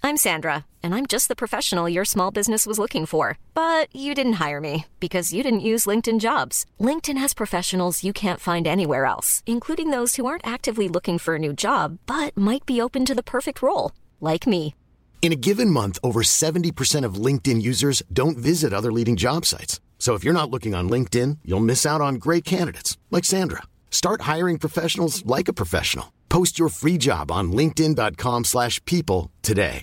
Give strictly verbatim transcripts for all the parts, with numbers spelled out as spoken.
I'm Sandra, and I'm just the professional your small business was looking for. But you didn't hire me because you didn't use LinkedIn Jobs. LinkedIn has professionals you can't find anywhere else, including those who aren't actively looking for a new job, but might be open to the perfect role, like me. In a given month, over seventy percent of LinkedIn users don't visit other leading job sites. So if you're not looking on LinkedIn, you'll miss out on great candidates like Sandra. Start hiring professionals like a professional. Post your free job on linkedin dot com slash people today.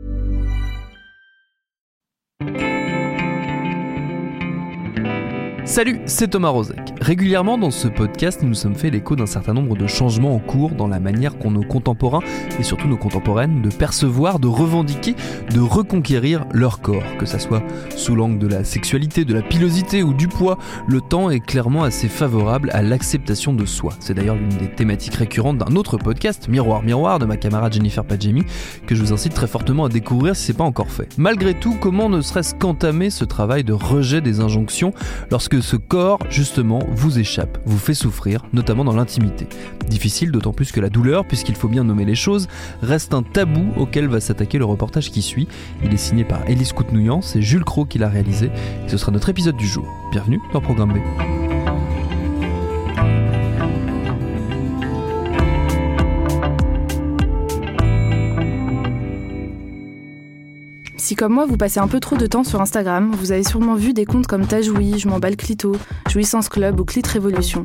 Salut, c'est Thomas Rozek. Régulièrement dans ce podcast, nous nous sommes fait l'écho d'un certain nombre de changements en cours dans la manière qu'ont nos contemporains, et surtout nos contemporaines, de percevoir, de revendiquer, de reconquérir leur corps. Que ça soit sous l'angle de la sexualité, de la pilosité ou du poids, le temps est clairement assez favorable à l'acceptation de soi. C'est d'ailleurs l'une des thématiques récurrentes d'un autre podcast, Miroir Miroir, de ma camarade Jennifer Padjemi, que je vous incite très fortement à découvrir si c'est pas encore fait. Malgré tout, comment ne serait-ce qu'entamer ce travail de rejet des injonctions lorsque ce corps, justement, vous échappe, vous fait souffrir, notamment dans l'intimité. Difficile, d'autant plus que la douleur, puisqu'il faut bien nommer les choses, reste un tabou auquel va s'attaquer le reportage qui suit. Il est signé par Élise Coutnouillan, c'est Jules Cros qui l'a réalisé, et ce sera notre épisode du jour. Bienvenue dans Programme B. Si comme moi, vous passez un peu trop de temps sur Instagram, vous avez sûrement vu des comptes comme Tajoui, Je m'emballe clito, Jouissance Club ou Clit Révolution.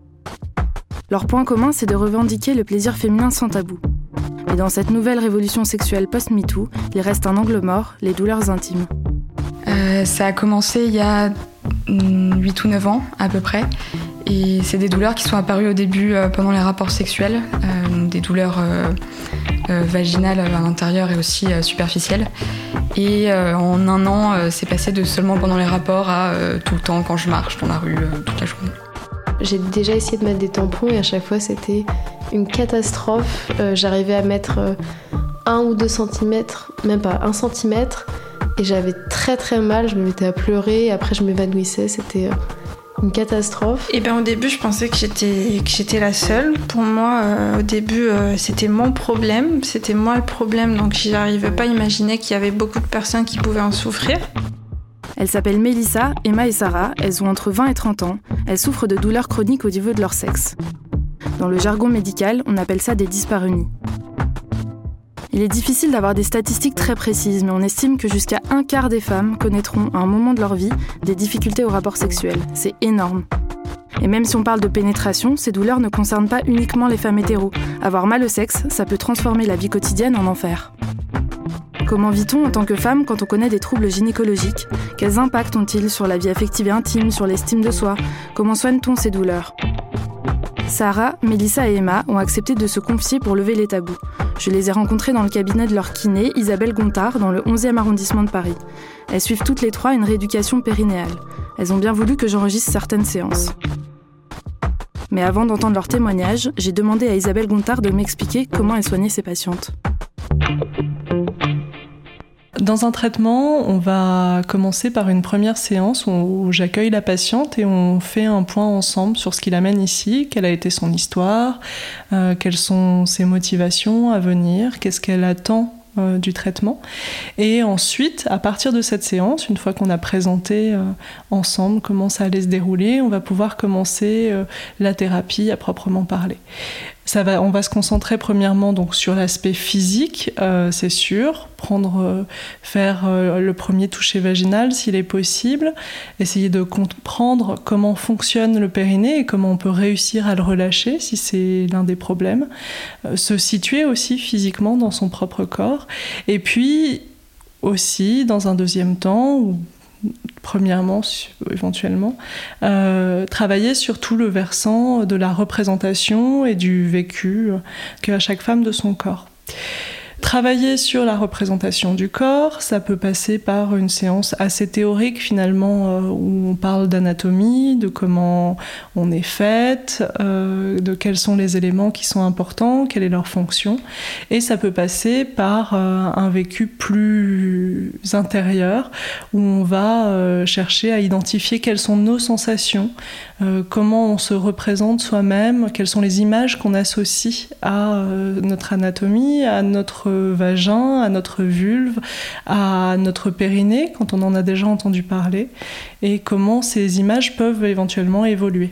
Leur point commun, c'est de revendiquer le plaisir féminin sans tabou. Mais dans cette nouvelle révolution sexuelle post-MeToo, il reste un angle mort, les douleurs intimes. Euh, ça a commencé il y a huit ou neuf ans à peu près. Et c'est des douleurs qui sont apparues au début euh, pendant les rapports sexuels, euh, des douleurs euh, euh, vaginales à l'intérieur et aussi euh, superficielles. Et euh, en un an, euh, c'est passé de seulement pendant les rapports à euh, tout le temps quand je marche dans la rue, euh, toute la journée. J'ai déjà essayé de mettre des tampons et à chaque fois c'était une catastrophe. Euh, j'arrivais à mettre euh, un ou deux centimètres, même pas un centimètre, et j'avais très très mal, je me mettais à pleurer, après je m'évanouissais, c'était... Euh, une catastrophe. Et ben au début je pensais que j'étais que j'étais la seule. Pour moi euh, au début euh, c'était mon problème, c'était moi le problème, donc j'arrivais pas à imaginer qu'il y avait beaucoup de personnes qui pouvaient en souffrir. Elles s'appellent Mélissa, Emma et Sarah, elles ont entre vingt et trente ans, elles souffrent de douleurs chroniques au niveau de leur sexe. Dans le jargon médical, on appelle ça des dyspareunies. Il est difficile d'avoir des statistiques très précises, mais on estime que jusqu'à un quart des femmes connaîtront à un moment de leur vie des difficultés au rapport sexuel. C'est énorme. Et même si on parle de pénétration, ces douleurs ne concernent pas uniquement les femmes hétéros. Avoir mal au sexe, ça peut transformer la vie quotidienne en enfer. Comment vit-on en tant que femme quand on connaît des troubles gynécologiques ? Quels impacts ont-ils sur la vie affective et intime, sur l'estime de soi ? Comment soigne-t-on ces douleurs ? Sarah, Mélissa et Emma ont accepté de se confier pour lever les tabous. Je les ai rencontrées dans le cabinet de leur kiné, Isabelle Gontard, dans le onzième arrondissement de Paris. Elles suivent toutes les trois une rééducation périnéale. Elles ont bien voulu que j'enregistre certaines séances. Mais avant d'entendre leur témoignage, j'ai demandé à Isabelle Gontard de m'expliquer comment elle soignait ses patientes. Dans un traitement, on va commencer par une première séance où j'accueille la patiente et on fait un point ensemble sur ce qui l'amène ici, quelle a été son histoire, euh, quelles sont ses motivations à venir, qu'est-ce qu'elle attend euh, du traitement. Et ensuite, à partir de cette séance, une fois qu'on a présenté euh, ensemble comment ça allait se dérouler, on va pouvoir commencer euh, la thérapie à proprement parler. Ça va, on va se concentrer premièrement donc sur l'aspect physique, euh, c'est sûr, prendre, euh, faire euh, le premier toucher vaginal s'il est possible, essayer de comprendre comment fonctionne le périnée et comment on peut réussir à le relâcher si c'est l'un des problèmes, euh, se situer aussi physiquement dans son propre corps, et puis aussi dans un deuxième temps, ou premièrement, éventuellement, euh, travailler sur tout le versant de la représentation et du vécu qu'a chaque femme de son corps. Travailler sur la représentation du corps, ça peut passer par une séance assez théorique finalement, euh, où on parle d'anatomie, de comment on est faite, euh, de quels sont les éléments qui sont importants, quelle est leur fonction. Et ça peut passer par euh, un vécu plus intérieur, où on va euh, chercher à identifier quelles sont nos sensations, euh, comment on se représente soi-même, quelles sont les images qu'on associe à euh, notre anatomie, à notre vagin, à notre vulve, à notre périnée, quand on en a déjà entendu parler, et comment ces images peuvent éventuellement évoluer.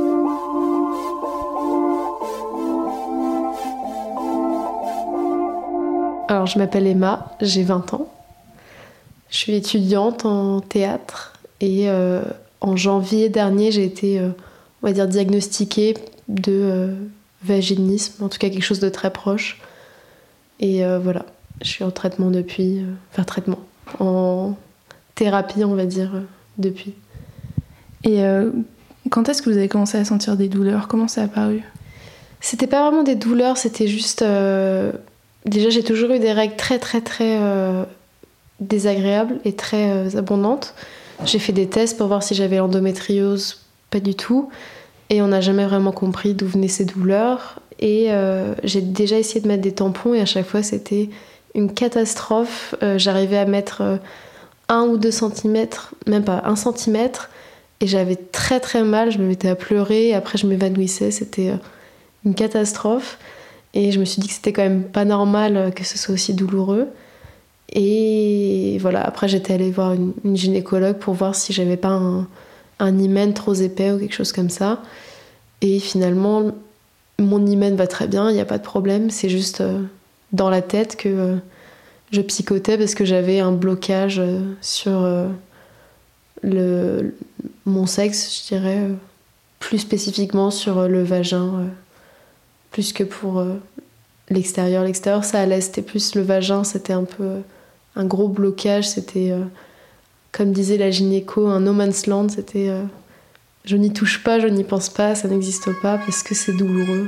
Alors, je m'appelle Emma, j'ai vingt ans. Je suis étudiante en théâtre et euh, en janvier dernier, j'ai été, euh, on va dire, diagnostiquée de euh, vaginisme, en tout cas quelque chose de très proche. Et euh, voilà, je suis en traitement depuis, euh, enfin traitement, en thérapie, on va dire, euh, depuis. Et euh, quand est-ce que vous avez commencé à sentir des douleurs ? Comment ça a apparu ? C'était pas vraiment des douleurs, c'était juste... Euh, déjà, j'ai toujours eu des règles très, très, très euh, désagréables et très euh, abondantes. J'ai fait des tests pour voir si j'avais l'endométriose, pas du tout. Et on n'a jamais vraiment compris d'où venaient ces douleurs. Et euh, j'ai déjà essayé de mettre des tampons et à chaque fois, c'était une catastrophe. Euh, j'arrivais à mettre euh, un ou deux centimètres, même pas un centimètre. Et j'avais très, très mal. Je me mettais à pleurer. Et après, je m'évanouissais. C'était euh, une catastrophe. Et je me suis dit que c'était quand même pas normal que ce soit aussi douloureux. Et voilà, après j'étais allée voir une, une gynécologue pour voir si j'avais pas un, un hymen trop épais ou quelque chose comme ça. Et finalement, mon hymen va très bien, il n'y a pas de problème. C'est juste euh, dans la tête que euh, je psychotais parce que j'avais un blocage euh, sur euh, le, mon sexe, je dirais, euh, plus spécifiquement sur euh, le vagin. Euh, plus que pour euh, l'extérieur. L'extérieur, ça allait, c'était plus le vagin, c'était un peu euh, un gros blocage, c'était, euh, comme disait la gynéco, un no man's land, c'était euh, je n'y touche pas, je n'y pense pas, ça n'existe pas parce que c'est douloureux.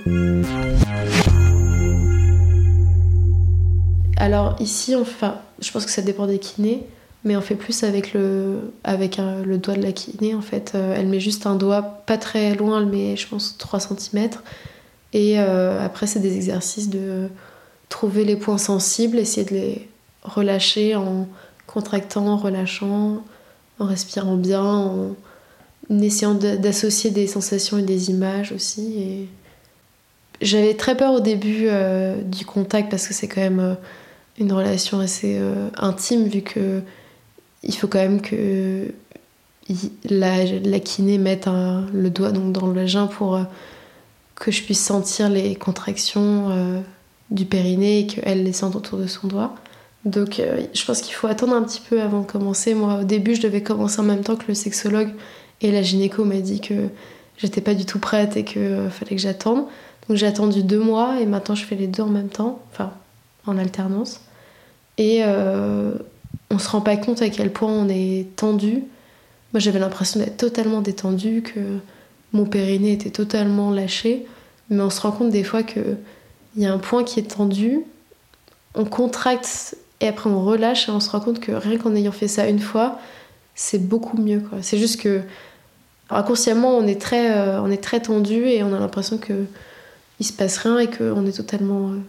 Alors ici, on fait, enfin, je pense que ça dépend des kinés, mais on fait plus avec le, avec un, le doigt de la kiné, en fait. Euh, elle met juste un doigt, pas très loin, elle met, je pense, trois centimètres. Et euh, après, c'est des exercices de trouver les points sensibles, essayer de les relâcher en contractant, en relâchant, en respirant bien, en essayant de, d'associer des sensations et des images aussi. Et j'avais très peur au début euh, du contact parce que c'est quand même euh, une relation assez euh, intime vu que il faut quand même que la, la kiné mette un, le doigt donc, dans le vagin pour... Euh, que je puisse sentir les contractions euh, du périnée et qu'elle les sente autour de son doigt. Donc euh, je pense qu'il faut attendre un petit peu avant de commencer. Moi, au début, je devais commencer en même temps que le sexologue et la gynéco m'a dit que j'étais pas du tout prête et qu'il euh, fallait que j'attende. Donc j'ai attendu deux mois et maintenant je fais les deux en même temps, enfin en alternance. Et euh, on se rend pas compte à quel point on est tendu. Moi, j'avais l'impression d'être totalement détendue, que mon périnée était totalement lâché, mais on se rend compte des fois qu'il y a un point qui est tendu, on contracte et après on relâche et on se rend compte que rien qu'en ayant fait ça une fois, c'est beaucoup mieux, quoi. C'est juste que inconsciemment on est très, euh, on est très tendu et on a l'impression qu'il se passe rien et qu'on est totalement euh,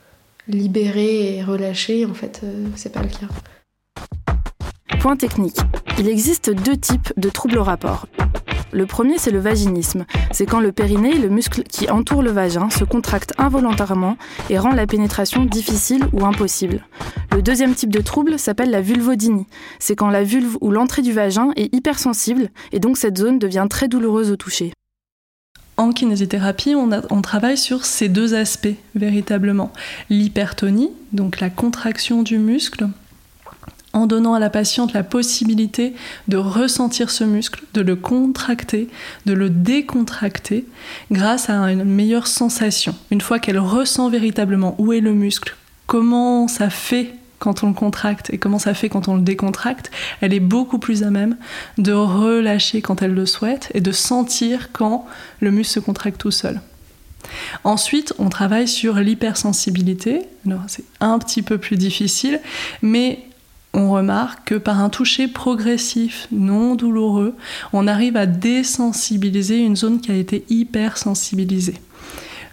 libéré et relâché. En fait, euh, c'est pas le cas. Point technique. Il existe deux types de troubles au rapport. Le premier, c'est le vaginisme. C'est quand le périnée, le muscle qui entoure le vagin, se contracte involontairement et rend la pénétration difficile ou impossible. Le deuxième type de trouble s'appelle la vulvodynie. C'est quand la vulve ou l'entrée du vagin est hypersensible et donc cette zone devient très douloureuse au toucher. En kinésithérapie, on, a, on travaille sur ces deux aspects, véritablement. L'hypertonie, donc la contraction du muscle, en donnant à la patiente la possibilité de ressentir ce muscle, de le contracter, de le décontracter, grâce à une meilleure sensation. Une fois qu'elle ressent véritablement où est le muscle, comment ça fait quand on le contracte et comment ça fait quand on le décontracte, elle est beaucoup plus à même de relâcher quand elle le souhaite et de sentir quand le muscle se contracte tout seul. Ensuite, on travaille sur l'hypersensibilité. Alors, c'est un petit peu plus difficile, mais on remarque que par un toucher progressif, non douloureux, on arrive à désensibiliser une zone qui a été hypersensibilisée.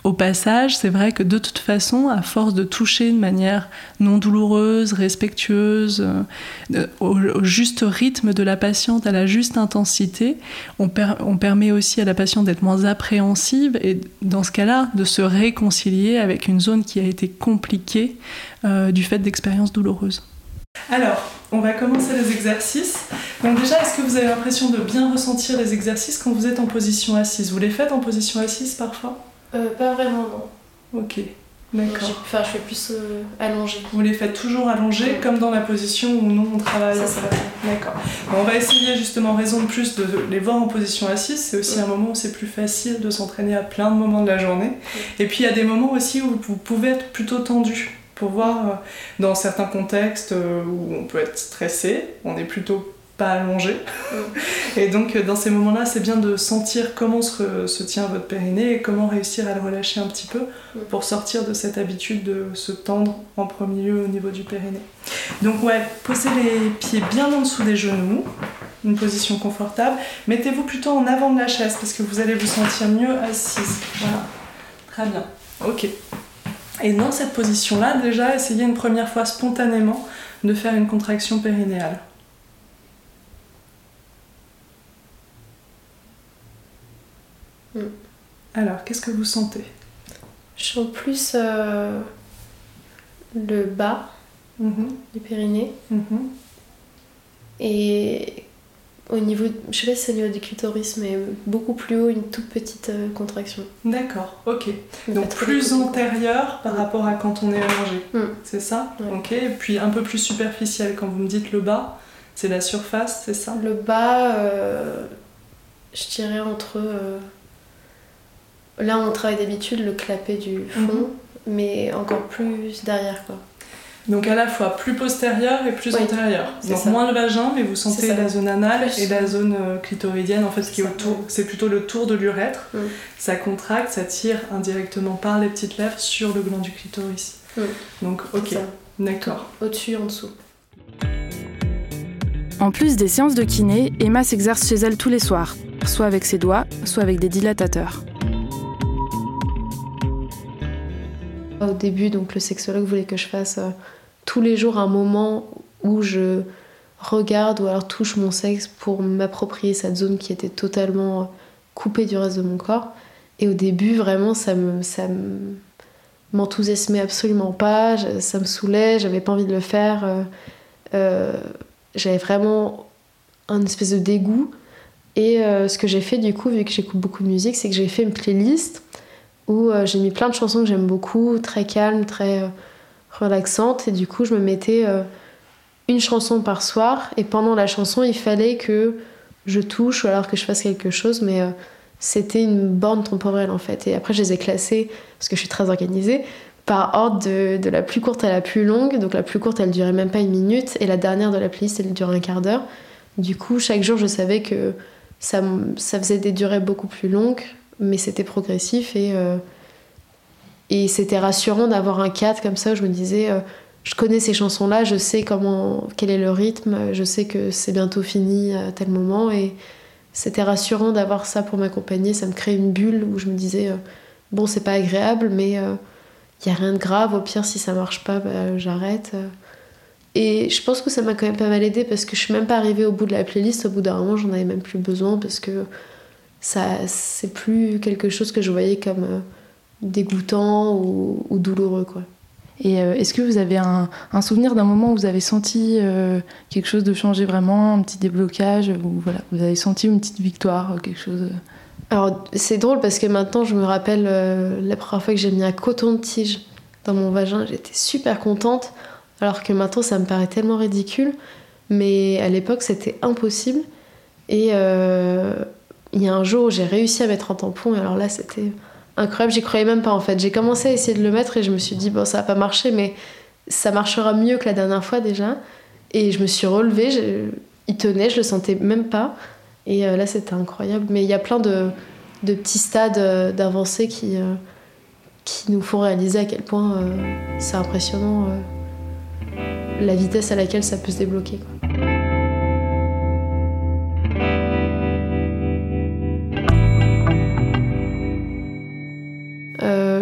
Au passage, c'est vrai que de toute façon, à force de toucher de manière non douloureuse, respectueuse, euh, au, au juste rythme de la patiente, à la juste intensité, on, per- on permet aussi à la patiente d'être moins appréhensive et dans ce cas-là, de se réconcilier avec une zone qui a été compliquée euh, du fait d'expériences douloureuses. Alors, on va commencer les exercices. Donc déjà, est-ce que vous avez l'impression de bien ressentir les exercices quand vous êtes en position assise ? Vous les faites en position assise parfois ? Euh, pas vraiment, non. Ok, d'accord. Enfin, je fais plus euh, allongée. Vous les faites toujours allongées, ouais. Comme dans la position où nous on travaille. C'est ça. D'accord. Bon, on va essayer justement, raison de plus, de les voir en position assise. C'est aussi ouais. un moment où c'est plus facile de s'entraîner à plein de moments de la journée. Ouais. Et puis il y a des moments aussi où vous pouvez être plutôt tendu. Pour voir, euh, dans certains contextes euh, où on peut être stressé, on est plutôt pas allongé. Mm. Et donc dans ces moments-là, c'est bien de sentir comment se, se tient votre périnée et comment réussir à le relâcher un petit peu mm. pour sortir de cette habitude de se tendre en premier lieu au niveau du périnée. Donc ouais, posez les pieds bien en dessous des genoux, une position confortable. Mettez-vous plutôt en avant de la chaise parce que vous allez vous sentir mieux assise. Voilà, très bien. Ok. Et dans cette position-là, déjà, essayez une première fois spontanément de faire une contraction périnéale. Mm. Alors, qu'est-ce que vous sentez ? Je sens plus euh, le bas mm-hmm. du périnée. Mm-hmm. Et au niveau, je sais pas si c'est au niveau du clitoris, mais beaucoup plus haut, une toute petite euh, contraction. D'accord, ok. Donc plus antérieure par mm. rapport à quand on est allongé, mm. c'est ça ? Ouais. Ok, et puis un peu plus superficielle, quand vous me dites le bas, c'est la surface, c'est ça ? Le bas, euh, je dirais entre... Euh, là, on travaille d'habitude le clapet du fond, mm-hmm. mais encore plus derrière, quoi. Donc à la fois plus postérieure et plus oui, antérieure. Donc ça. Moins le vagin, mais vous sentez la zone anale plus. Et la zone euh, clitoridienne, en fait, ce qui est autour. Ouais. C'est plutôt le tour de l'urètre. Mm. Ça contracte, ça tire indirectement par les petites lèvres sur le gland du clitoris. Mm. Donc ok, d'accord. Au-dessus, en dessous. En plus des séances de kiné, Emma s'exerce chez elle tous les soirs, soit avec ses doigts, soit avec des dilatateurs. Au début, donc, le sexologue voulait que je fasse euh, tous les jours un moment où je regarde ou alors touche mon sexe pour m'approprier cette zone qui était totalement coupée du reste de mon corps. Et au début, vraiment, ça me, ça me, m'enthousiasmait absolument pas, je, ça me saoulait, j'avais pas envie de le faire. Euh, euh, j'avais vraiment un espèce de dégoût. Et euh, ce que j'ai fait, du coup, vu que j'écoute beaucoup de musique, c'est que j'ai fait une playlist où euh, j'ai mis plein de chansons que j'aime beaucoup, très calmes, très euh, relaxantes. Et du coup, je me mettais euh, une chanson par soir. Et pendant la chanson, il fallait que je touche ou alors que je fasse quelque chose. Mais euh, c'était une borne temporelle, en fait. Et après, je les ai classées, parce que je suis très organisée, par ordre de, de la plus courte à la plus longue. Donc la plus courte, elle durait même pas une minute. Et la dernière de la playlist, elle durait un quart d'heure. Du coup, chaque jour, je savais que ça, ça faisait des durées beaucoup plus longues. Mais c'était progressif et, euh, et c'était rassurant d'avoir un cadre comme ça où je me disais euh, je connais ces chansons-là, je sais comment, quel est le rythme, je sais que c'est bientôt fini à tel moment et c'était rassurant d'avoir ça pour m'accompagner. Ça me créait une bulle où je me disais euh, bon, c'est pas agréable mais il euh, n'y a rien de grave, au pire si ça marche pas bah, j'arrête. Et je pense que ça m'a quand même pas mal aidée parce que je suis même pas arrivée au bout de la playlist. Au bout d'un moment, j'en avais même plus besoin parce que ça, c'est plus quelque chose que je voyais comme euh, dégoûtant ou, ou douloureux, quoi. Et euh, est-ce que vous avez un, un souvenir d'un moment où vous avez senti euh, quelque chose de changer vraiment, un petit déblocage, ou voilà, vous avez senti une petite victoire, quelque chose? Alors c'est drôle parce que maintenant je me rappelle euh, la première fois que j'ai mis un coton-tige dans mon vagin, j'étais super contente, alors que maintenant ça me paraît tellement ridicule, mais à l'époque c'était impossible. Et euh, il y a un jour où j'ai réussi à mettre un tampon, et alors là c'était incroyable, j'y croyais même pas en fait. J'ai commencé à essayer de le mettre et je me suis dit bon, ça va pas marcher, mais ça marchera mieux que la dernière fois déjà. Et je me suis relevée, je... il tenait, je le sentais même pas. Et euh, là c'était incroyable. Mais il y a plein de, de petits stades euh, d'avancée qui, euh, qui nous font réaliser à quel point euh, c'est impressionnant euh, la vitesse à laquelle ça peut se débloquer, quoi.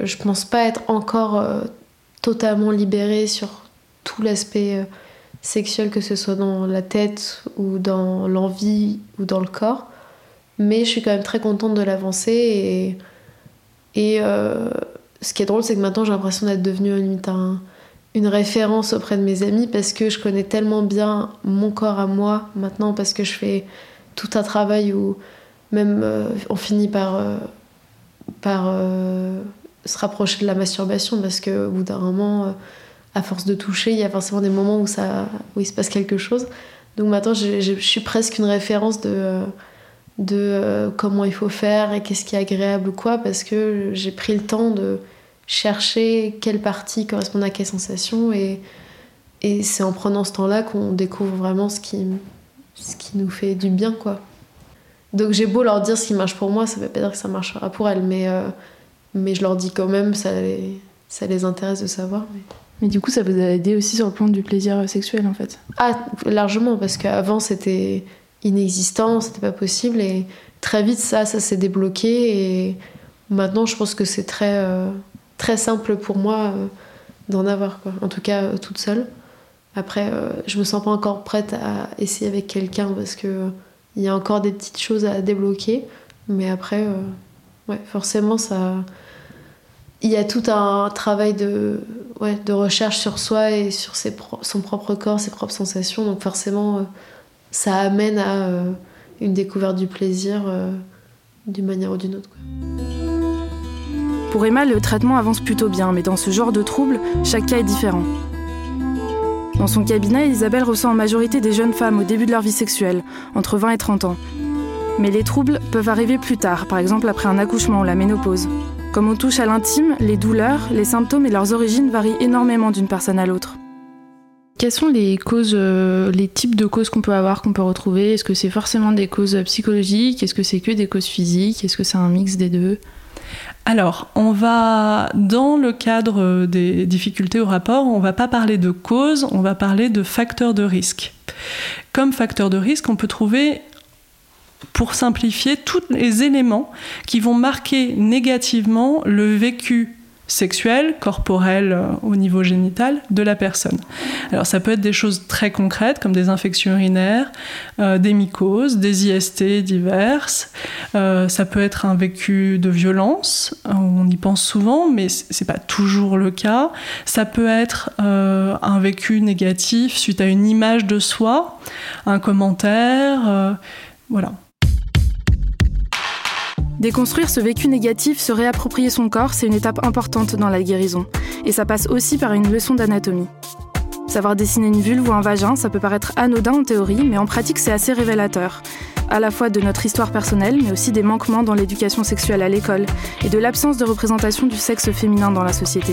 je pense pas être encore euh, totalement libérée sur tout l'aspect euh, sexuel, que ce soit dans la tête ou dans l'envie ou dans le corps. Mais je suis quand même très contente de l'avancée. Et, et euh, ce qui est drôle, c'est que maintenant j'ai l'impression d'être devenue une, un, une référence auprès de mes amis, parce que je connais tellement bien mon corps à moi maintenant, parce que je fais tout un travail où même euh, on finit par... Euh, par euh, se rapprocher de la masturbation, parce qu'au bout d'un moment, euh, à force de toucher, il y a forcément des moments où, ça, où il se passe quelque chose. Donc maintenant, je, je, je suis presque une référence de, de euh, comment il faut faire et qu'est-ce qui est agréable ou quoi, parce que j'ai pris le temps de chercher quelle partie correspond à quelle sensation, et, et c'est en prenant ce temps-là qu'on découvre vraiment ce qui, ce qui nous fait du bien, quoi. Donc j'ai beau leur dire ce qui marche pour moi, ça veut pas dire que ça marchera pour elles, mais, euh, mais je leur dis quand même, ça les, ça les intéresse de savoir. Mais... mais du coup, ça vous a aidé aussi sur le plan du plaisir sexuel, en fait? Ah, largement, parce qu'avant c'était inexistant, c'était pas possible, et très vite ça, ça s'est débloqué, et maintenant je pense que c'est très, euh, très simple pour moi euh, d'en avoir, quoi. En tout cas, euh, toute seule. Après, euh, je me sens pas encore prête à essayer avec quelqu'un, parce que il y a encore des petites choses à débloquer, mais après, euh, ouais, forcément, ça... il y a tout un travail de, ouais, de recherche sur soi et sur ses pro... son propre corps, ses propres sensations, donc forcément, euh, ça amène à euh, une découverte du plaisir euh, d'une manière ou d'une autre, quoi. Pour Emma, le traitement avance plutôt bien, mais dans ce genre de troubles, chaque cas est différent. Dans son cabinet, Isabelle reçoit en majorité des jeunes femmes au début de leur vie sexuelle, entre vingt et trente ans. Mais les troubles peuvent arriver plus tard, par exemple après un accouchement ou la ménopause. Comme on touche à l'intime, les douleurs, les symptômes et leurs origines varient énormément d'une personne à l'autre. Quelles sont les causes, euh, les types de causes qu'on peut avoir, qu'on peut retrouver? Est-ce que c'est forcément des causes psychologiques? Est-ce que c'est que des causes physiques? Est-ce que c'est un mix des deux? Alors, on va, dans le cadre des difficultés au rapport, on ne va pas parler de cause, on va parler de facteurs de risque. Comme facteur de risque, on peut trouver, pour simplifier, tous les éléments qui vont marquer négativement le vécu sexuel, corporel, euh, au niveau génital de la personne. Alors ça peut être des choses très concrètes comme des infections urinaires, euh, des mycoses, des I S T diverses, euh, ça peut être un vécu de violence, on y pense souvent mais c'est pas toujours le cas, ça peut être euh, un vécu négatif suite à une image de soi, un commentaire, euh, voilà. Déconstruire ce vécu négatif, se réapproprier son corps, c'est une étape importante dans la guérison. Et ça passe aussi par une leçon d'anatomie. Savoir dessiner une vulve ou un vagin, ça peut paraître anodin en théorie, mais en pratique c'est assez révélateur. À la fois de notre histoire personnelle, mais aussi des manquements dans l'éducation sexuelle à l'école, et de l'absence de représentation du sexe féminin dans la société.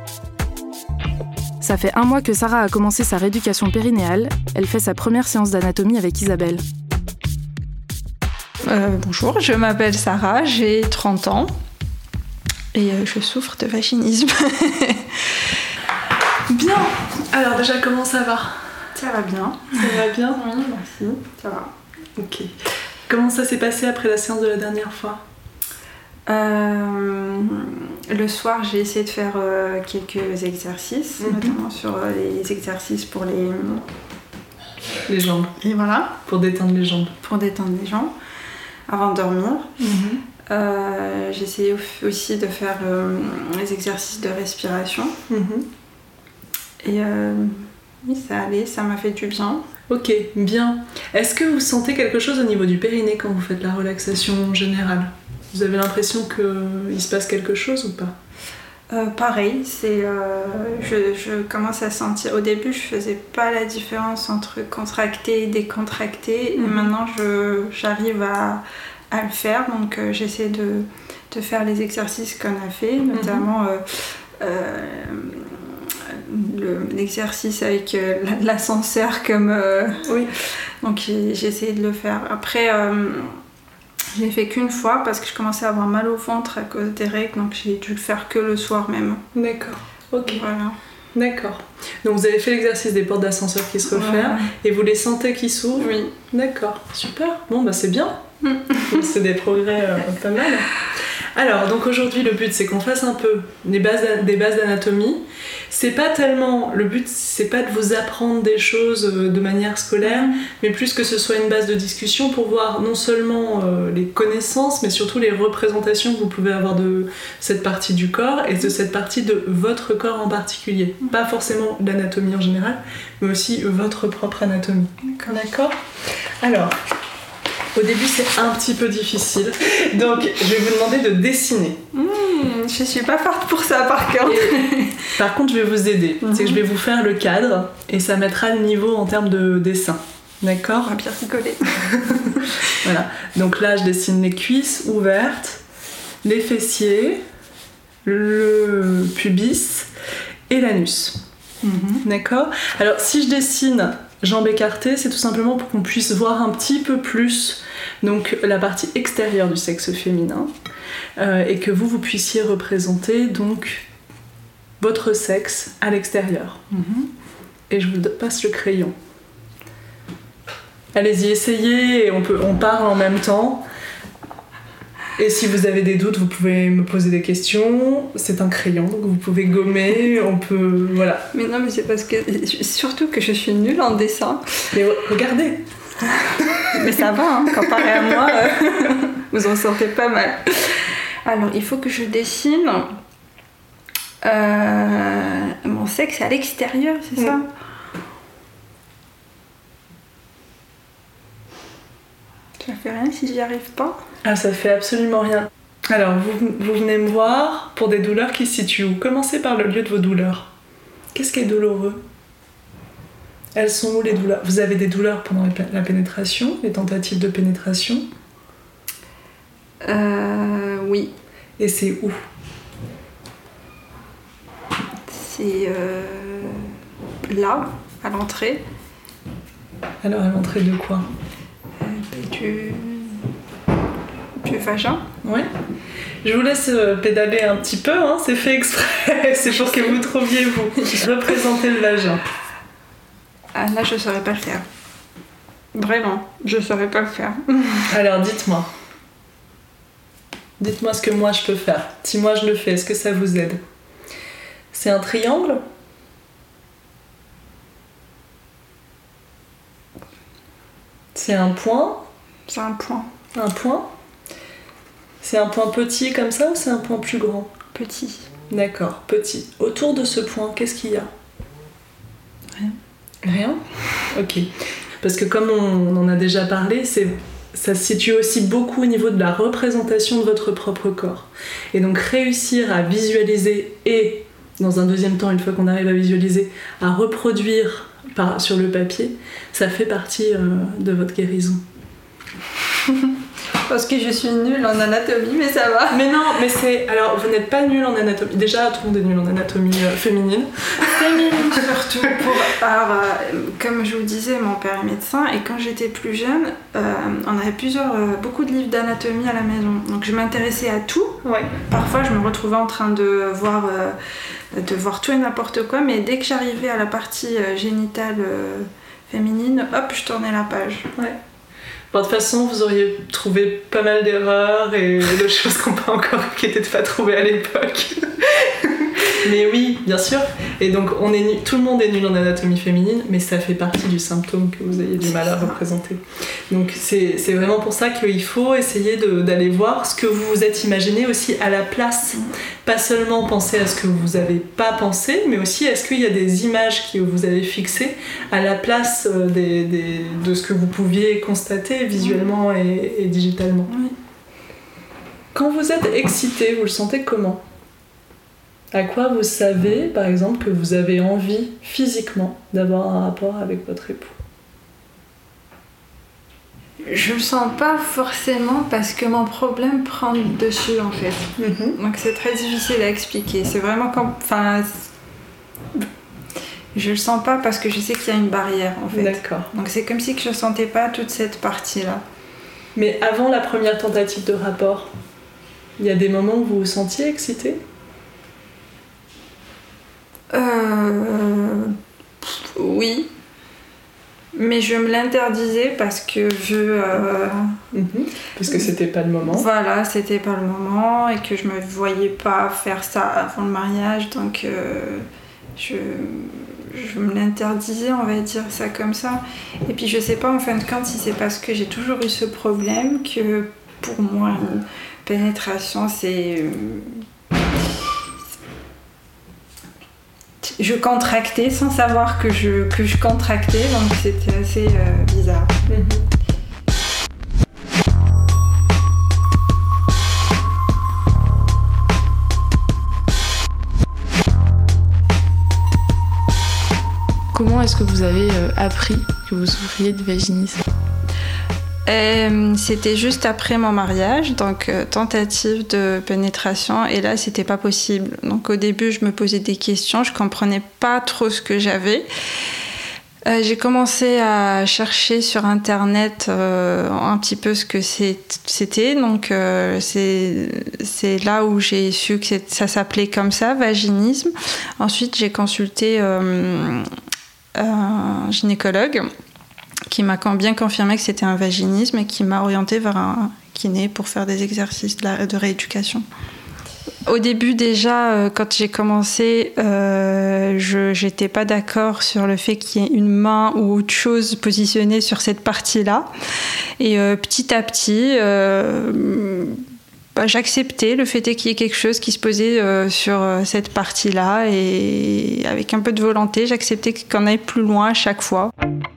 Ça fait un mois que Sarah a commencé sa rééducation périnéale. Elle fait sa première séance d'anatomie avec Isabelle. Euh, bonjour, je m'appelle Sarah, j'ai trente ans et euh, je souffre de vaginisme. Bien. Alors déjà, comment ça va? Ça va bien. Ça va bien? Oui, merci. Ça va. Ok. Comment ça s'est passé après la séance de la dernière fois? euh, Le soir, j'ai essayé de faire euh, quelques exercices, mm-hmm. notamment sur euh, les exercices pour les... les jambes. Et voilà. Pour détendre les jambes. Pour détendre les jambes. Avant de dormir. Mmh. Euh, j'ai essayé aussi de faire euh, les exercices de respiration. Mmh. Et euh, oui, ça allait, ça m'a fait du bien. Ok, bien. Est-ce que vous sentez quelque chose au niveau du périnée quand vous faites la relaxation générale? Vous avez l'impression qu'il se passe quelque chose ou pas? Euh, pareil, c'est, euh, je, je commence à sentir. Au début, je faisais pas la différence entre contracté et décontracté, mmh. et maintenant je, j'arrive à, à le faire. Donc, euh, j'essaie de, de faire les exercices qu'on a fait, notamment mmh. euh, euh, le, l'exercice avec euh, l'ascenseur, comme. Euh, oui. Donc, j'ai, j'ai essayé de le faire. Après. Euh, Je l'ai fait qu'une fois parce que je commençais à avoir mal au ventre à cause des règles, donc j'ai dû le faire que le soir même. D'accord, ok. Voilà. D'accord. Donc vous avez fait l'exercice des portes d'ascenseur qui se referment, ouais. Et vous les sentez qui s'ouvrent? Oui. D'accord, super. Bon bah c'est bien. Mm. C'est des progrès euh, pas mal. Alors, donc aujourd'hui, le but, c'est qu'on fasse un peu des bases, des bases d'anatomie. C'est pas tellement... Le but, c'est pas de vous apprendre des choses de manière scolaire, mmh. mais plus que ce soit une base de discussion pour voir non seulement euh, les connaissances, mais surtout les représentations que vous pouvez avoir de cette partie du corps et de cette partie de votre corps en particulier. Mmh. Pas forcément l'anatomie en général, mais aussi votre propre anatomie. D'accord, D'accord Alors... Au début, c'est un petit peu difficile, donc je vais vous demander de dessiner. Mmh, je suis pas forte pour ça, par contre. Et, par contre, je vais vous aider. Mmh. C'est que je vais vous faire le cadre et ça mettra le niveau en termes de dessin. D'accord ? On va bien rigoler. Voilà. Donc là, je dessine les cuisses ouvertes, les fessiers, le pubis et l'anus. Mmh. D'accord ? Alors, si je dessine jambes écartées, c'est tout simplement pour qu'on puisse voir un petit peu plus donc la partie extérieure du sexe féminin euh, et que vous, vous puissiez représenter donc votre sexe à l'extérieur. Mm-hmm. Et je vous passe le crayon. Allez-y, essayez, et on, peut, on parle en même temps. Et si vous avez des doutes, vous pouvez me poser des questions. C'est un crayon, donc vous pouvez gommer, on peut... Voilà. Mais non, mais c'est parce que... Surtout que je suis nulle en dessin. Mais regardez. Mais ça va, hein, comparé à moi, euh, vous en sortez pas mal. Alors, il faut que je dessine euh, mon sexe à l'extérieur, c'est mmh. ça ? Ça fait rien si j'y arrive pas. Ah, ça fait absolument rien. Alors, vous, vous venez me voir pour des douleurs qui se situent où ? Commencez par le lieu de vos douleurs. Qu'est-ce qui est douloureux ? Elles sont où les douleurs ? Vous avez des douleurs pendant la pénétration, les tentatives de pénétration ? Euh... Oui. Et c'est où ? C'est euh, là, à l'entrée. Alors, à l'entrée de quoi ? euh, Du... du vagin. Ouais. Je vous laisse pédaler un petit peu, hein, c'est fait exprès, c'est pour que vous trouviez, vous, représenter le vagin. Ah, là, je saurais pas le faire. Vraiment, je saurais pas le faire. Alors, dites-moi. Dites-moi ce que moi je peux faire. Si moi je le fais, est-ce que ça vous aide ? C'est un triangle ? C'est un point ? C'est un point. Un point ? C'est un point petit comme ça ou c'est un point plus grand ? Petit. D'accord, petit. Autour de ce point, qu'est-ce qu'il y a ? Rien. Rien ? Ok. Parce que comme on en a déjà parlé, c'est, ça se situe aussi beaucoup au niveau de la représentation de votre propre corps. Et donc réussir à visualiser et, dans un deuxième temps, une fois qu'on arrive à visualiser, à reproduire par, sur le papier, ça fait partie euh, de votre guérison. Parce que je suis nulle en anatomie, mais ça va. Mais non, mais c'est... Alors, vous n'êtes pas nulle en anatomie. Déjà, tout le monde est nul en anatomie euh, féminine. Féminine surtout. Pour, alors, euh, comme je vous disais, mon père est médecin, et quand j'étais plus jeune, euh, on avait plusieurs, euh, beaucoup de livres d'anatomie à la maison. Donc, je m'intéressais à tout. Ouais. Parfois, je me retrouvais en train de voir, euh, de voir tout et n'importe quoi, mais dès que j'arrivais à la partie euh, génitale euh, féminine, hop, je tournais la page. Ouais. Bon, de toute façon, vous auriez trouvé pas mal d'erreurs et de choses qu'on peut encore qui n'étaient pas trouvées à l'époque. Mais oui, bien sûr. Et donc, on est nu... tout le monde est nul en anatomie féminine, mais ça fait partie du symptôme que vous ayez du mal à représenter. Donc, c'est, c'est vraiment pour ça qu'il faut essayer de, d'aller voir ce que vous vous êtes imaginé aussi à la place. Pas seulement penser à ce que vous n'avez pas pensé, mais aussi est-ce qu'il y a des images que vous avez fixées à la place des, des, de ce que vous pouviez constater visuellement et, et digitalement. Oui. Quand vous êtes excité, vous le sentez comment ? À quoi vous savez, par exemple, que vous avez envie physiquement d'avoir un rapport avec votre époux ? Je le sens pas forcément parce que mon problème prend le dessus en fait. Mm-hmm. Donc c'est très difficile à expliquer. C'est vraiment comme... Enfin, je le sens pas parce que je sais qu'il y a une barrière en fait. D'accord. Donc c'est comme si que je sentais pas toute cette partie-là. Mais avant la première tentative de rapport, il y a des moments où vous vous sentiez excité ? Euh... Oui. Mais je me l'interdisais parce que je... Euh, mmh. Parce que c'était pas le moment. Voilà, c'était pas le moment et que je me voyais pas faire ça avant le mariage. Donc euh, je, je me l'interdisais, on va dire ça comme ça. Et puis je sais pas en fin de compte si c'est parce que j'ai toujours eu ce problème que pour moi, une pénétration, c'est... Je contractais sans savoir que je, que je contractais, donc c'était assez euh, bizarre. Mm-hmm. Comment est-ce que vous avez euh, appris que vous souffriez de vaginisme ? Euh, c'était juste après mon mariage, donc euh, tentative de pénétration, et là c'était pas possible. Donc au début je me posais des questions, je comprenais pas trop ce que j'avais. Euh, j'ai commencé à chercher sur internet euh, un petit peu ce que c'était, donc euh, c'est, c'est là où j'ai su que ça s'appelait comme ça, vaginisme. Ensuite j'ai consulté euh, un gynécologue qui m'a bien confirmé que c'était un vaginisme et qui m'a orientée vers un kiné pour faire des exercices de, la, de rééducation. Au début déjà, euh, quand j'ai commencé, euh, je n'étais pas d'accord sur le fait qu'il y ait une main ou autre chose positionnée sur cette partie-là. Et euh, petit à petit, euh, bah, j'acceptais le fait qu'il y ait quelque chose qui se posait euh, sur euh, cette partie-là. Et avec un peu de volonté, j'acceptais qu'on aille plus loin à chaque fois.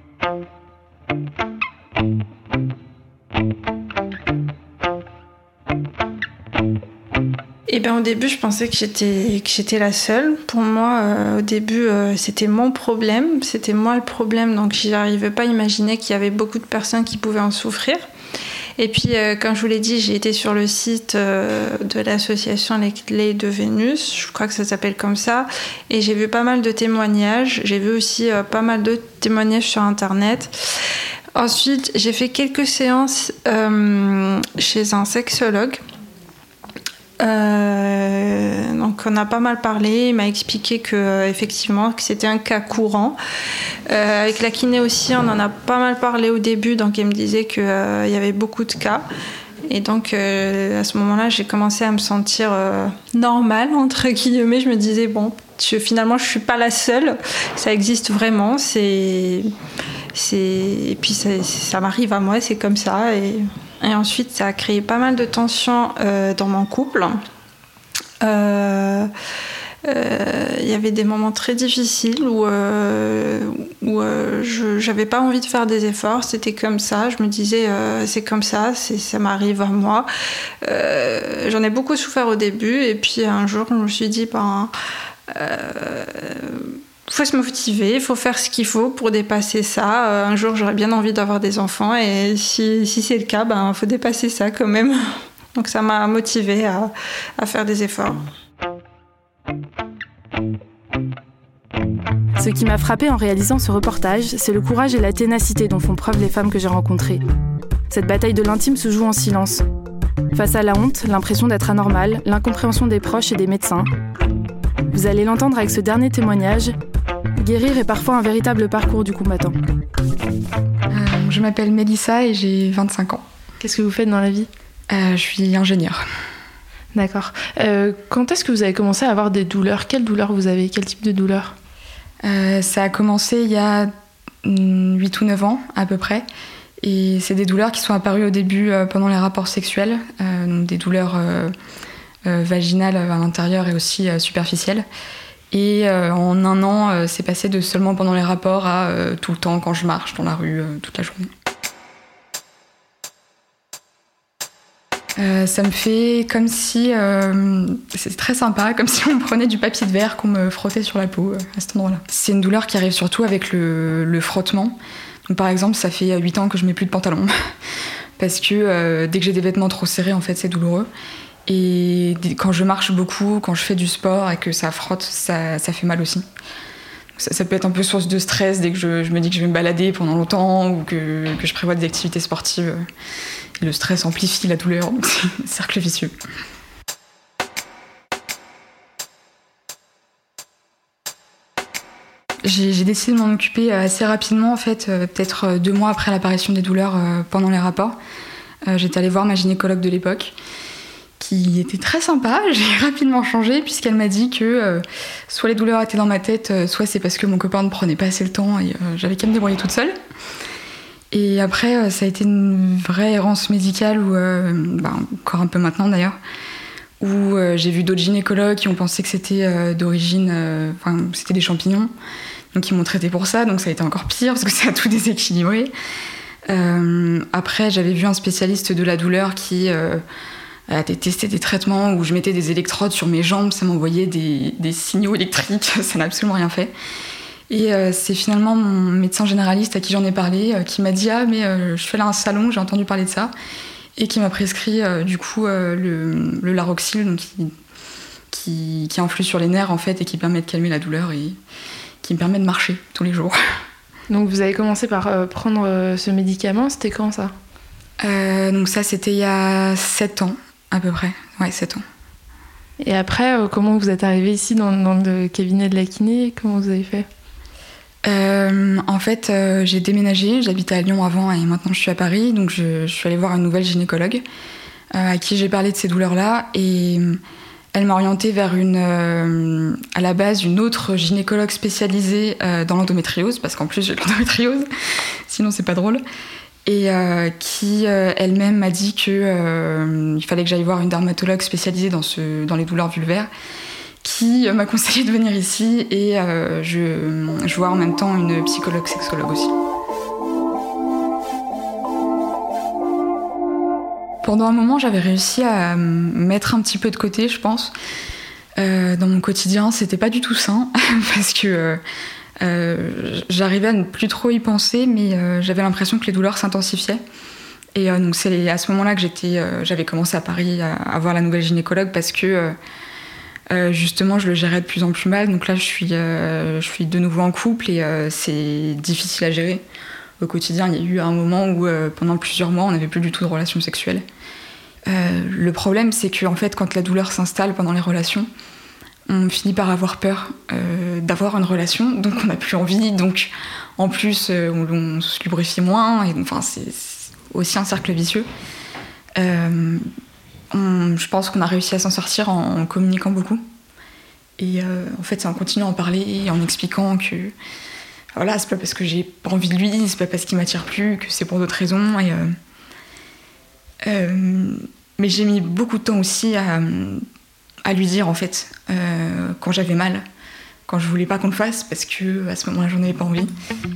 Et ben au début, je pensais que j'étais que j'étais la seule. Pour moi, euh, au début, euh, c'était mon problème, c'était moi le problème. Donc, j'arrivais pas à imaginer qu'il y avait beaucoup de personnes qui pouvaient en souffrir. Et puis, euh, comme je vous l'ai dit, j'ai été sur le site euh, de l'association Les Clés de Vénus, je crois que ça s'appelle comme ça, et j'ai vu pas mal de témoignages. J'ai vu aussi euh, pas mal de témoignages sur Internet. Ensuite, j'ai fait quelques séances euh, chez un sexologue. Euh, donc on a pas mal parlé, il m'a expliqué que euh, effectivement que c'était un cas courant. Euh, avec la kiné aussi, on en a pas mal parlé au début, donc il me disait qu'il euh, y avait beaucoup de cas. Et donc euh, à ce moment-là, j'ai commencé à me sentir euh, normale entre guillemets. Je me disais bon, je, finalement je suis pas la seule, ça existe vraiment. C'est, c'est et puis ça, ça m'arrive à moi, c'est comme ça. Et Et ensuite, ça a créé pas mal de tensions euh, dans mon couple. Euh, euh, il y avait des moments très difficiles où, euh, où euh, je n'avais pas envie de faire des efforts. C'était comme ça. Je me disais, euh, c'est comme ça, c'est, ça m'arrive à moi. Euh, j'en ai beaucoup souffert au début. Et puis un jour, je me suis dit, ben... Euh, il faut se motiver, il faut faire ce qu'il faut pour dépasser ça. Euh, un jour, j'aurais bien envie d'avoir des enfants et si, si c'est le cas, ben, il faut dépasser ça quand même. Donc ça m'a motivée à, à faire des efforts. Ce qui m'a frappée en réalisant ce reportage, c'est le courage et la ténacité dont font preuve les femmes que j'ai rencontrées. Cette bataille de l'intime se joue en silence. Face à la honte, l'impression d'être anormale, l'incompréhension des proches et des médecins. Vous allez l'entendre avec ce dernier témoignage. Guérir est parfois un véritable parcours du combattant. Euh, je m'appelle Mélissa et j'ai vingt-cinq ans. Qu'est-ce que vous faites dans la vie ? euh, Je suis ingénieure. D'accord. Euh, quand est-ce que vous avez commencé à avoir des douleurs ? Quelles douleurs vous avez ? Quel type de douleurs ? euh, Ça a commencé il y a huit ou neuf ans à peu près. Et c'est des douleurs qui sont apparues au début euh, pendant les rapports sexuels. Euh, donc des douleurs euh, euh, vaginales à l'intérieur et aussi euh, superficielles. Et euh, en un an, euh, c'est passé de seulement pendant les rapports à euh, tout le temps quand je marche dans la rue, euh, toute la journée. Euh, ça me fait comme si... Euh, c'est très sympa, comme si on prenait du papier de verre qu'on me frottait sur la peau euh, à cet endroit-là. C'est une douleur qui arrive surtout avec le, le frottement. Donc, par exemple, ça fait huit ans que je mets plus de pantalon. Parce que euh, dès que j'ai des vêtements trop serrés, en fait, c'est douloureux. Et quand je marche beaucoup, quand je fais du sport et que ça frotte, ça, ça fait mal aussi. Ça, ça peut être un peu source de stress dès que je, je me dis que je vais me balader pendant longtemps ou que, que je prévois des activités sportives. Et le stress amplifie la douleur, donc c'est un cercle vicieux. j'ai, j'ai décidé de m'en occuper assez rapidement, en fait, euh, peut-être deux mois après l'apparition des douleurs euh, pendant les rapports. Euh, j'étais allée voir ma gynécologue de l'époque, qui était très sympa. J'ai rapidement changé, puisqu'elle m'a dit que euh, soit les douleurs étaient dans ma tête, euh, soit c'est parce que mon copain ne prenait pas assez le temps et euh, j'avais qu'à me débrouiller toute seule. Et après, euh, ça a été une vraie errance médicale, où, euh, bah, encore un peu maintenant d'ailleurs, où euh, j'ai vu d'autres gynécologues qui ont pensé que c'était euh, d'origine, enfin euh, c'était des champignons, donc ils m'ont traité pour ça, donc ça a été encore pire parce que ça a tout déséquilibré. Euh, après, j'avais vu un spécialiste de la douleur qui euh, a testé des traitements où je mettais des électrodes sur mes jambes, ça m'envoyait des, des signaux électriques, ça n'a absolument rien fait. Et euh, c'est finalement mon médecin généraliste à qui j'en ai parlé euh, qui m'a dit « Ah, mais euh, je suis allée à un salon, j'ai entendu parler de ça ». Et qui m'a prescrit euh, du coup euh, le, le Laroxyl, donc qui, qui, qui influe sur les nerfs en fait et qui permet de calmer la douleur et qui me permet de marcher tous les jours. Donc vous avez commencé par euh, prendre euh, ce médicament, c'était quand ça euh, Donc ça c'était il y a sept ans à peu près, ouais sept ans. Et après, euh, comment vous êtes arrivée ici dans, dans le cabinet de la kiné, comment vous avez fait ? Euh, en fait, euh, j'ai déménagé, j'habitais à Lyon avant et maintenant je suis à Paris, donc je, je suis allée voir une nouvelle gynécologue euh, à qui j'ai parlé de ces douleurs-là et elle m'a orientée vers une, euh, à la base une autre gynécologue spécialisée euh, dans l'endométriose, parce qu'en plus j'ai de l'endométriose, sinon c'est pas drôle, et euh, qui euh, elle-même m'a dit qu'il euh, fallait que j'aille voir une dermatologue spécialisée dans, ce, dans les douleurs vulvaires, qui m'a conseillé de venir ici et euh, je, je vois en même temps une psychologue sexologue aussi. Pendant un moment, j'avais réussi à mettre un petit peu de côté, je pense. Euh, dans mon quotidien, c'était pas du tout sain parce que euh, j'arrivais à ne plus trop y penser, mais euh, j'avais l'impression que les douleurs s'intensifiaient. Et euh, donc c'est à ce moment-là que j'étais, euh, j'avais commencé à Paris à, à voir la nouvelle gynécologue parce que euh, Euh, justement, je le gérais de plus en plus mal. Donc là, je suis, euh, je suis de nouveau en couple et euh, c'est difficile à gérer. Au quotidien, il y a eu un moment où, euh, pendant plusieurs mois, on n'avait plus du tout de relations sexuelles. Euh, le problème, c'est que en fait, quand la douleur s'installe pendant les relations, on finit par avoir peur euh, d'avoir une relation, donc on n'a plus envie. Donc, en plus, euh, on, on se lubrifie moins. Et, enfin, c'est, c'est aussi un cercle vicieux. Euh, On, je pense qu'on a réussi à s'en sortir en, en communiquant beaucoup. Et euh, en fait, c'est en continuant à en parler, en expliquant que voilà, c'est pas parce que j'ai pas envie de lui, c'est pas parce qu'il m'attire plus, que c'est pour d'autres raisons. Et, euh, euh, mais j'ai mis beaucoup de temps aussi à, à lui dire, en fait, euh, quand j'avais mal, quand je voulais pas qu'on le fasse, parce que à ce moment-là, j'en avais pas envie.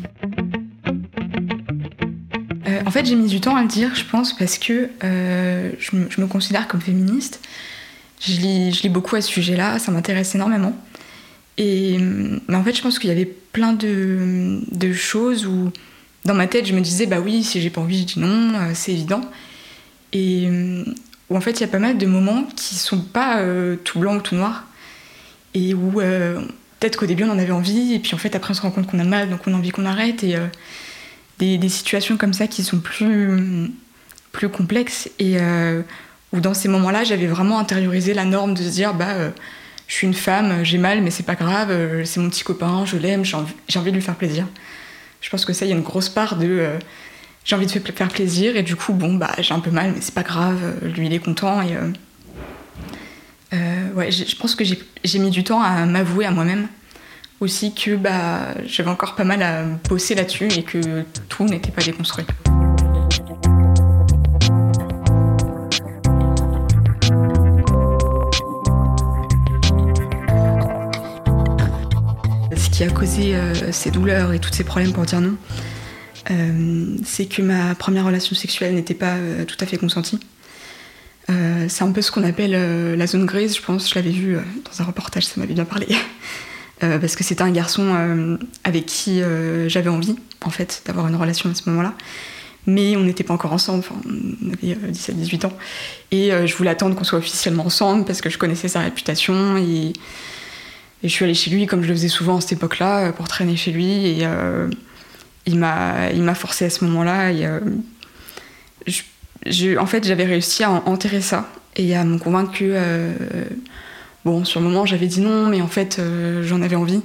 Euh, en fait, j'ai mis du temps à le dire, je pense, parce que euh, je, me, je me considère comme féministe. Je lis, je lis beaucoup à ce sujet-là, ça m'intéresse énormément. Et, mais en fait, je pense qu'il y avait plein de, de choses où, dans ma tête, je me disais, bah oui, si j'ai pas envie, je dis non, euh, c'est évident. Et où en fait, il y a pas mal de moments qui sont pas euh, tout blanc ou tout noir. Et où euh, peut-être qu'au début, on en avait envie, et puis en fait, après, on se rend compte qu'on a mal, donc on a envie qu'on arrête. Et euh, des, des situations comme ça qui sont plus, plus complexes. Et euh, où dans ces moments-là, j'avais vraiment intériorisé la norme de se dire, bah, euh, je suis une femme, j'ai mal, mais c'est pas grave, euh, c'est mon petit copain, je l'aime, j'ai envie, j'ai envie de lui faire plaisir. Je pense que ça, il y a une grosse part de euh, j'ai envie de faire plaisir, et du coup, bon, bah, j'ai un peu mal, mais c'est pas grave, lui, il est content. Et euh, euh, ouais, je pense que j'ai, j'ai mis du temps à m'avouer à moi-même aussi que bah, j'avais encore pas mal à bosser là-dessus et que tout n'était pas déconstruit. Ce qui a causé euh, ces douleurs et tous ces problèmes, pour dire non, euh, c'est que ma première relation sexuelle n'était pas euh, tout à fait consentie. Euh, c'est un peu ce qu'on appelle euh, la zone grise, je pense. Je l'avais vu euh, dans un reportage, ça m'avait bien parlé. euh, parce que c'était un garçon euh, avec qui euh, j'avais envie, en fait, d'avoir une relation à ce moment-là. Mais on n'était pas encore ensemble, enfin, on avait euh, dix-sept à dix-huit ans. Et euh, je voulais attendre qu'on soit officiellement ensemble parce que je connaissais sa réputation. Et, et je suis allée chez lui, comme je le faisais souvent à cette époque-là, pour traîner chez lui. Et euh, il m'a, il m'a forcée à ce moment-là. Et, euh, je, je, en fait, j'avais réussi à enterrer ça et à me convaincre que... Euh, bon, sur le moment, j'avais dit non, mais en fait, euh, j'en avais envie.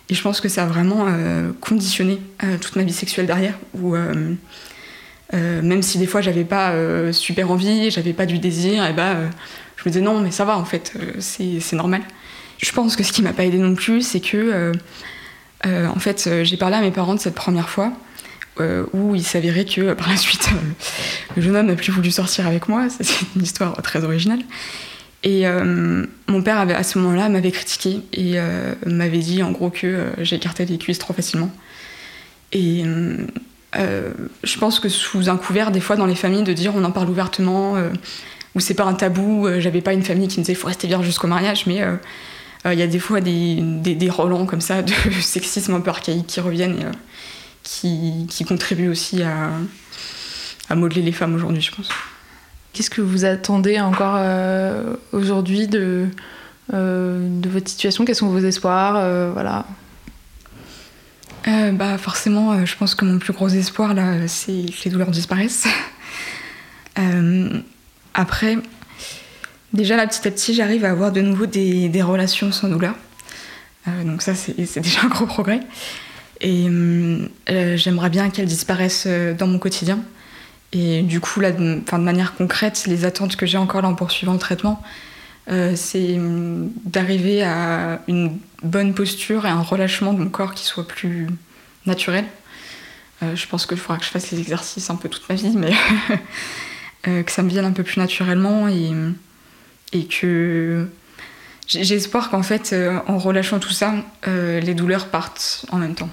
Et je pense que ça a vraiment euh, conditionné euh, toute ma vie sexuelle derrière, où euh, euh, même si des fois j'avais pas euh, super envie, j'avais pas du désir, et bah, euh, je me disais non mais ça va en fait, euh, c'est, c'est normal. Je pense que ce qui m'a pas aidé non plus, c'est que euh, euh, en fait euh, j'ai parlé à mes parents de cette première fois, euh, où il s'avérait que euh, par la suite euh, le jeune homme n'a plus voulu sortir avec moi. C'est une histoire très originale. Et euh, mon père avait, à ce moment-là m'avait critiqué et euh, m'avait dit en gros que euh, j'écartais les cuisses trop facilement. Et euh, je pense que sous un couvert, des fois dans les familles, de dire on en parle ouvertement, euh, ou c'est pas un tabou, euh, j'avais pas une famille qui me disait faut rester vierge jusqu'au mariage, mais il euh, euh, y a des fois des, des, des relents comme ça de sexisme un peu archaïque qui reviennent et euh, qui, qui contribuent aussi à, à modeler les femmes aujourd'hui, je pense. Qu'est-ce que vous attendez encore euh, aujourd'hui de, euh, de votre situation ? Quels sont vos espoirs euh, voilà. euh, bah forcément, euh, je pense que mon plus gros espoir, là, c'est que les douleurs disparaissent. euh, après, déjà, là, petit à petit, j'arrive à avoir de nouveau des, des relations sans douleur. Euh, donc ça, c'est, c'est déjà un gros progrès. Et euh, j'aimerais bien qu'elles disparaissent dans mon quotidien. Et du coup, là, de, enfin, de manière concrète, les attentes que j'ai encore là en poursuivant le traitement, euh, c'est d'arriver à une bonne posture et un relâchement de mon corps qui soit plus naturel. Euh, je pense qu'il faudra que je fasse les exercices un peu toute ma vie, mais euh, que ça me vienne un peu plus naturellement et, et que j'ai espoir qu'en fait, euh, en relâchant tout ça, euh, les douleurs partent en même temps.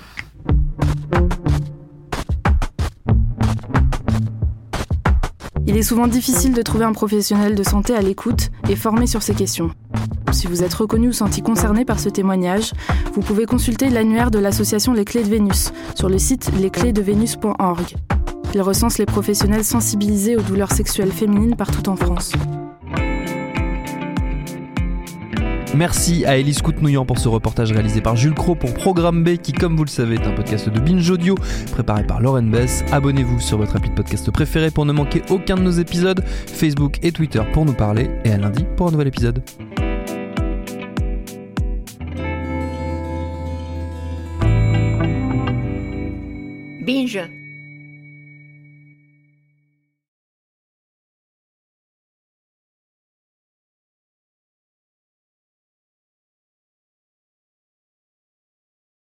Il est souvent difficile de trouver un professionnel de santé à l'écoute et formé sur ces questions. Si vous êtes reconnu ou senti concerné par ce témoignage, vous pouvez consulter l'annuaire de l'association Les Clés de Vénus sur le site les clés de vénus point org. Il recense les professionnels sensibilisés aux douleurs sexuelles féminines partout en France. Merci à Élise Coutnouillan pour ce reportage réalisé par Jules Cros pour Programme B, qui, comme vous le savez, est un podcast de Binge Audio préparé par Lauren Bess. Abonnez-vous sur votre appli de podcast préféré pour ne manquer aucun de nos épisodes, Facebook et Twitter pour nous parler, et à lundi pour un nouvel épisode. Binge.